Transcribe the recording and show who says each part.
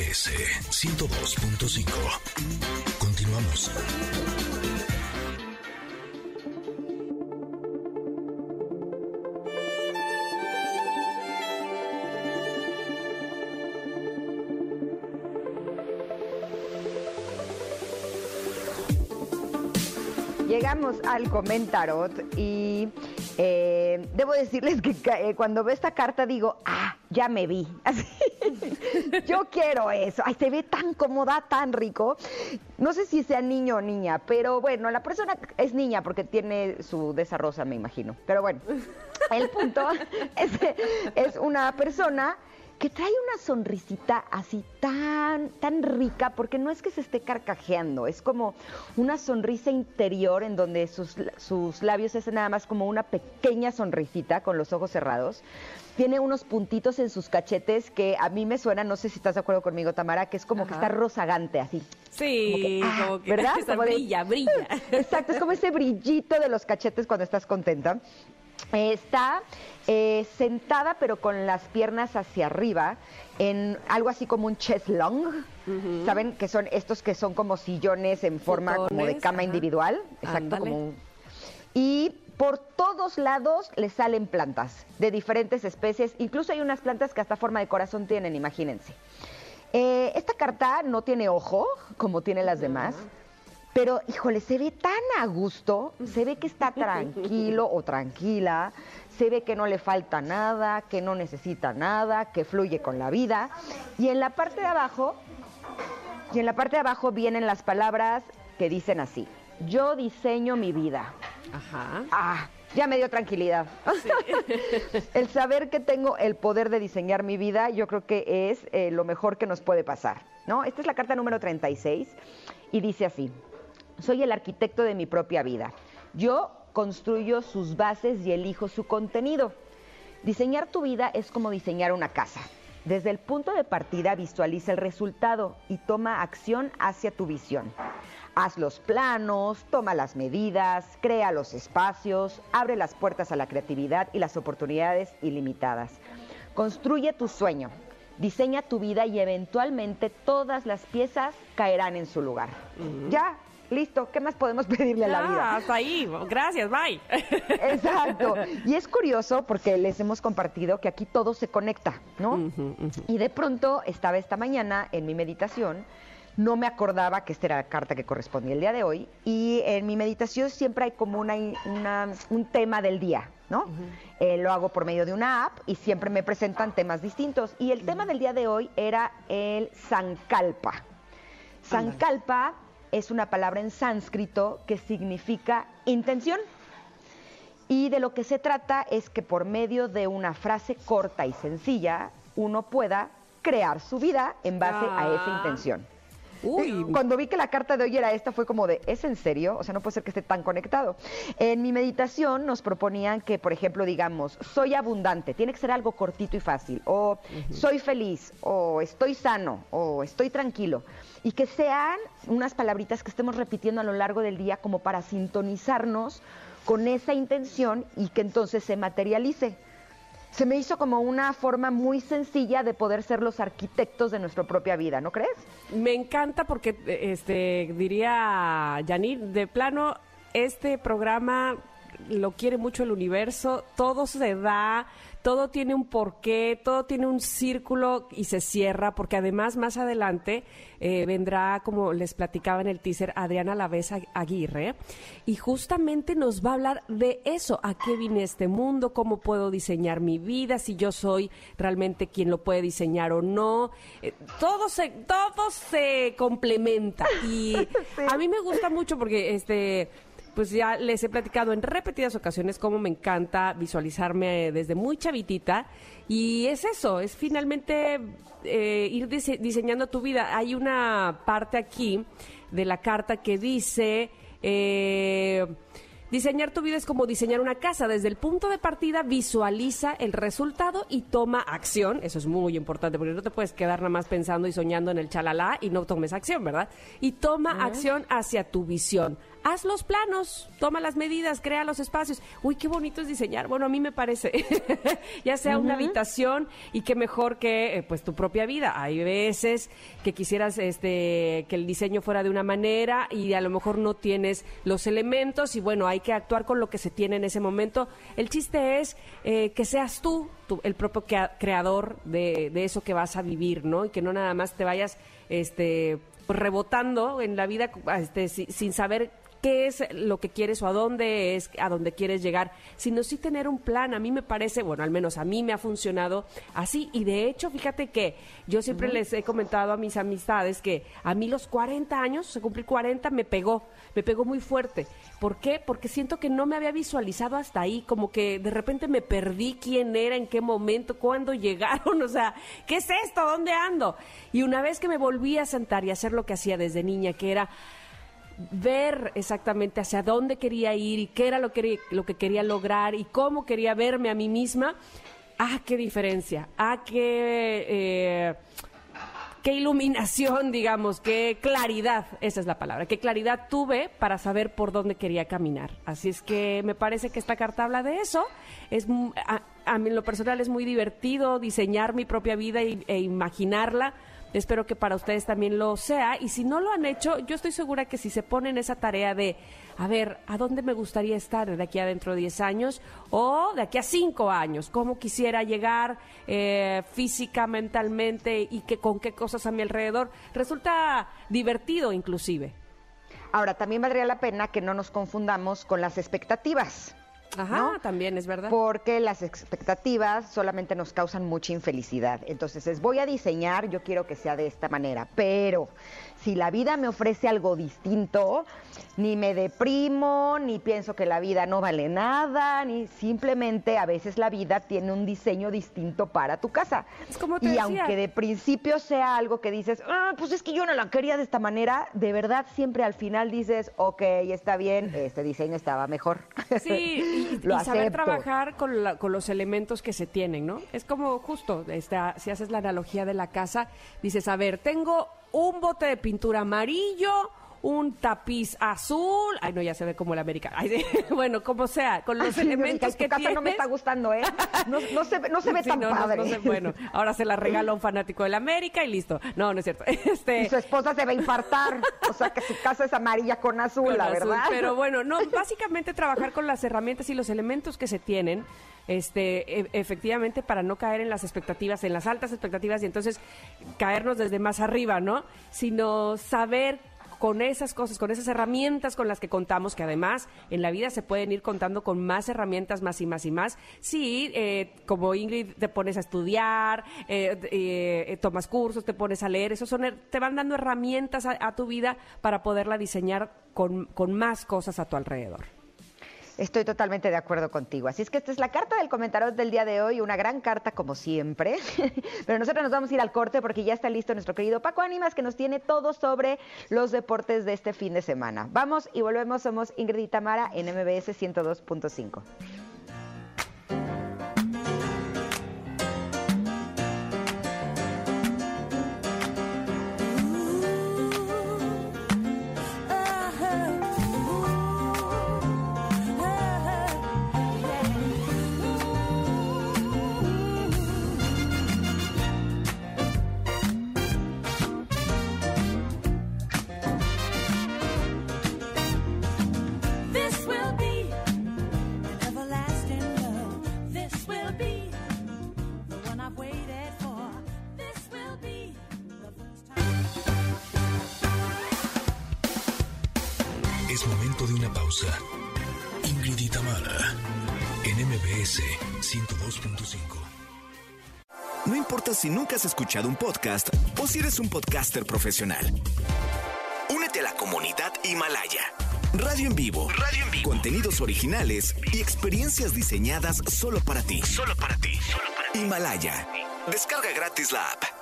Speaker 1: MBS 102.5. Continuamos.
Speaker 2: Llegamos al Comentarot y debo decirles que cuando veo esta carta digo, ya me vi. Así, yo quiero eso. Ay, se ve tan cómoda, tan rico. No sé si sea niño o niña, pero bueno, la persona es niña porque tiene su de esa rosa, me imagino. Pero bueno, el punto es una persona que trae una sonrisita así tan rica, porque no es que se esté carcajeando, es como una sonrisa interior en donde sus labios es nada más como una pequeña sonrisita con los ojos cerrados. Tiene unos puntitos en sus cachetes que a mí me suenan, no sé si estás de acuerdo conmigo, Tamara, que es como que está rozagante así.
Speaker 3: Sí, como que
Speaker 2: ¿verdad?
Speaker 3: Como brilla.
Speaker 2: Exacto, es como ese brillito de los cachetes cuando estás contenta. Está sentada pero con las piernas hacia arriba en algo así como un chest long. ¿Saben? Que son estos que son como sillones en forma como de cama individual. Exacto, como y por todos lados le salen plantas de diferentes especies. Incluso hay unas plantas que hasta forma de corazón tienen, imagínense. Esta carta no tiene ojo como tiene las demás. Pero, híjole, se ve tan a gusto, se ve que está tranquilo o tranquila, se ve que no le falta nada, que no necesita nada, que fluye con la vida. Y en la parte de abajo, vienen las palabras que dicen así: yo diseño mi vida.
Speaker 3: Ajá.
Speaker 2: Ya me dio tranquilidad. Sí. El saber que tengo el poder de diseñar mi vida, yo creo que es lo mejor que nos puede pasar, ¿no? Esta es la carta número 36 y dice así: soy el arquitecto de mi propia vida. Yo construyo sus bases y elijo su contenido. Diseñar tu vida es como diseñar una casa. Desde el punto de partida visualiza el resultado y toma acción hacia tu visión. Haz los planos, toma las medidas, crea los espacios, abre las puertas a la creatividad y las oportunidades ilimitadas. Construye tu sueño, diseña tu vida y eventualmente todas las piezas caerán en su lugar. Ya. Listo, ¿qué más podemos pedirle a la vida?
Speaker 3: Hasta ahí, gracias, bye.
Speaker 2: Exacto. Y es curioso porque les hemos compartido que aquí todo se conecta, ¿no? Y de pronto estaba esta mañana en mi meditación, no me acordaba que esta era la carta que correspondía el día de hoy, y en mi meditación siempre hay como un tema del día, ¿no? Lo hago por medio de una app y siempre me presentan temas distintos. Y el tema del día de hoy era el Sankalpa. Sankalpa es una palabra en sánscrito que significa intención. Y de lo que se trata es que por medio de una frase corta y sencilla, uno pueda crear su vida en base a esa intención. Cuando vi que la carta de hoy era esta, fue como de, ¿es en serio? O sea, no puede ser que esté tan conectado. En mi meditación nos proponían que, por ejemplo, digamos, soy abundante, tiene que ser algo cortito y fácil, o soy feliz, o estoy sano, o estoy tranquilo, y que sean unas palabritas que estemos repitiendo a lo largo del día como para sintonizarnos con esa intención y que entonces se materialice. Se me hizo como una forma muy sencilla de poder ser los arquitectos de nuestra propia vida, ¿no crees?
Speaker 3: Me encanta porque, diría Janine, de plano, este programa lo quiere mucho el universo, todo se da, todo tiene un porqué, todo tiene un círculo y se cierra, porque además más adelante vendrá, como les platicaba en el teaser, Adriana Lavés Aguirre, y justamente nos va a hablar de eso, a qué vine a este mundo, cómo puedo diseñar mi vida, si yo soy realmente quien lo puede diseñar o no, todo se complementa, y sí. A mí me gusta mucho porque pues ya les he platicado en repetidas ocasiones cómo me encanta visualizarme desde muy chavitita, y es eso, es finalmente ir diseñando tu vida. Hay una parte aquí de la carta que dice, Diseñar tu vida es como diseñar una casa. Desde el punto de partida, visualiza el resultado y toma acción. Eso es muy importante, porque no te puedes quedar nada más pensando y soñando en el chalala y no tomes acción, ¿verdad? Y toma acción hacia tu visión. Haz los planos, toma las medidas, crea los espacios. Uy, qué bonito es diseñar. Bueno, a mí me parece. Ya sea una habitación, y qué mejor que pues tu propia vida. Hay veces que quisieras que el diseño fuera de una manera y a lo mejor no tienes los elementos y bueno, hay que actuar con lo que se tiene en ese momento. El chiste es que seas tú el propio creador de eso que vas a vivir, ¿no? Y que no nada más te vayas rebotando en la vida sin saber qué es lo que quieres o a dónde quieres llegar, sino sí tener un plan. A mí me parece, bueno, al menos a mí me ha funcionado así, y de hecho, fíjate que yo siempre les he comentado a mis amistades que a mí los 40 años, se cumplí 40, me pegó muy fuerte. ¿Por qué? Porque siento que no me había visualizado hasta ahí, como que de repente me perdí quién era, en qué momento, cuándo llegaron, o sea, ¿qué es esto? ¿Dónde ando? Y una vez que me volví a sentar y hacer lo que hacía desde niña, que era ver exactamente hacia dónde quería ir y qué era lo que quería lograr y cómo quería verme a mí misma, qué diferencia, qué iluminación, digamos, qué claridad, esa es la palabra, qué claridad tuve para saber por dónde quería caminar. Así es que me parece que esta carta habla de eso. A mí en lo personal es muy divertido diseñar mi propia vida e imaginarla. Espero que para ustedes también lo sea, y si no lo han hecho, yo estoy segura que si se ponen esa tarea de, a ver, ¿a dónde me gustaría estar de aquí a dentro de 10 años o de aquí a 5 años? ¿Cómo quisiera llegar física, mentalmente, y con qué cosas a mi alrededor? Resulta divertido inclusive.
Speaker 2: Ahora, también valdría la pena que no nos confundamos con las expectativas.
Speaker 3: Ajá,
Speaker 2: ¿no?
Speaker 3: También es verdad.
Speaker 2: Porque las expectativas solamente nos causan mucha infelicidad. Entonces, voy a diseñar, yo quiero que sea de esta manera, pero si la vida me ofrece algo distinto, ni me deprimo, ni pienso que la vida no vale nada, ni simplemente a veces la vida tiene un diseño distinto para tu casa.
Speaker 3: Es como te
Speaker 2: y
Speaker 3: decía.
Speaker 2: Aunque de principio sea algo que dices, pues es que yo no la quería de esta manera, de verdad siempre al final dices, ok, está bien, este diseño estaba mejor.
Speaker 3: Sí, y saber trabajar con los elementos que se tienen, ¿no? Es como justo, si haces la analogía de la casa, dices, a ver, tengo un bote de pintura amarillo, un tapiz azul, ay no, ya se ve como el americano, bueno, como sea, con los elementos que tienes.
Speaker 2: No me está gustando, ¿eh? No se ve tan padre.
Speaker 3: Bueno, ahora se la regala a un fanático del América y listo. No es cierto.
Speaker 2: Y su esposa se va a infartar, o sea que su casa es amarilla con azul, la verdad.
Speaker 3: Pero bueno, no, básicamente trabajar con las herramientas y los elementos que se tienen, efectivamente, para no caer en las expectativas, en las altas expectativas, y entonces caernos desde más arriba, ¿no? Sino saber con esas cosas, con esas herramientas con las que contamos, que además en la vida se pueden ir contando con más herramientas, más y más y más. Sí, como Ingrid, te pones a estudiar, tomas cursos, te pones a leer, te van dando herramientas a tu vida para poderla diseñar con más cosas a tu alrededor.
Speaker 2: Estoy totalmente de acuerdo contigo. Así es que esta es la carta del comentario del día de hoy, una gran carta como siempre. Pero nosotros nos vamos a ir al corte porque ya está listo nuestro querido Paco Ánimas, que nos tiene todo sobre los deportes de este fin de semana. Vamos y volvemos, somos Ingrid y Tamara en MBS 102.5.
Speaker 1: Es momento de una pausa. Ingrid y Tamara, en MBS 102.5.
Speaker 4: No importa si nunca has escuchado un podcast o si eres un podcaster profesional. Únete a la comunidad Himalaya. Radio en vivo. Contenidos originales y experiencias diseñadas solo para ti. Himalaya. Descarga gratis la app.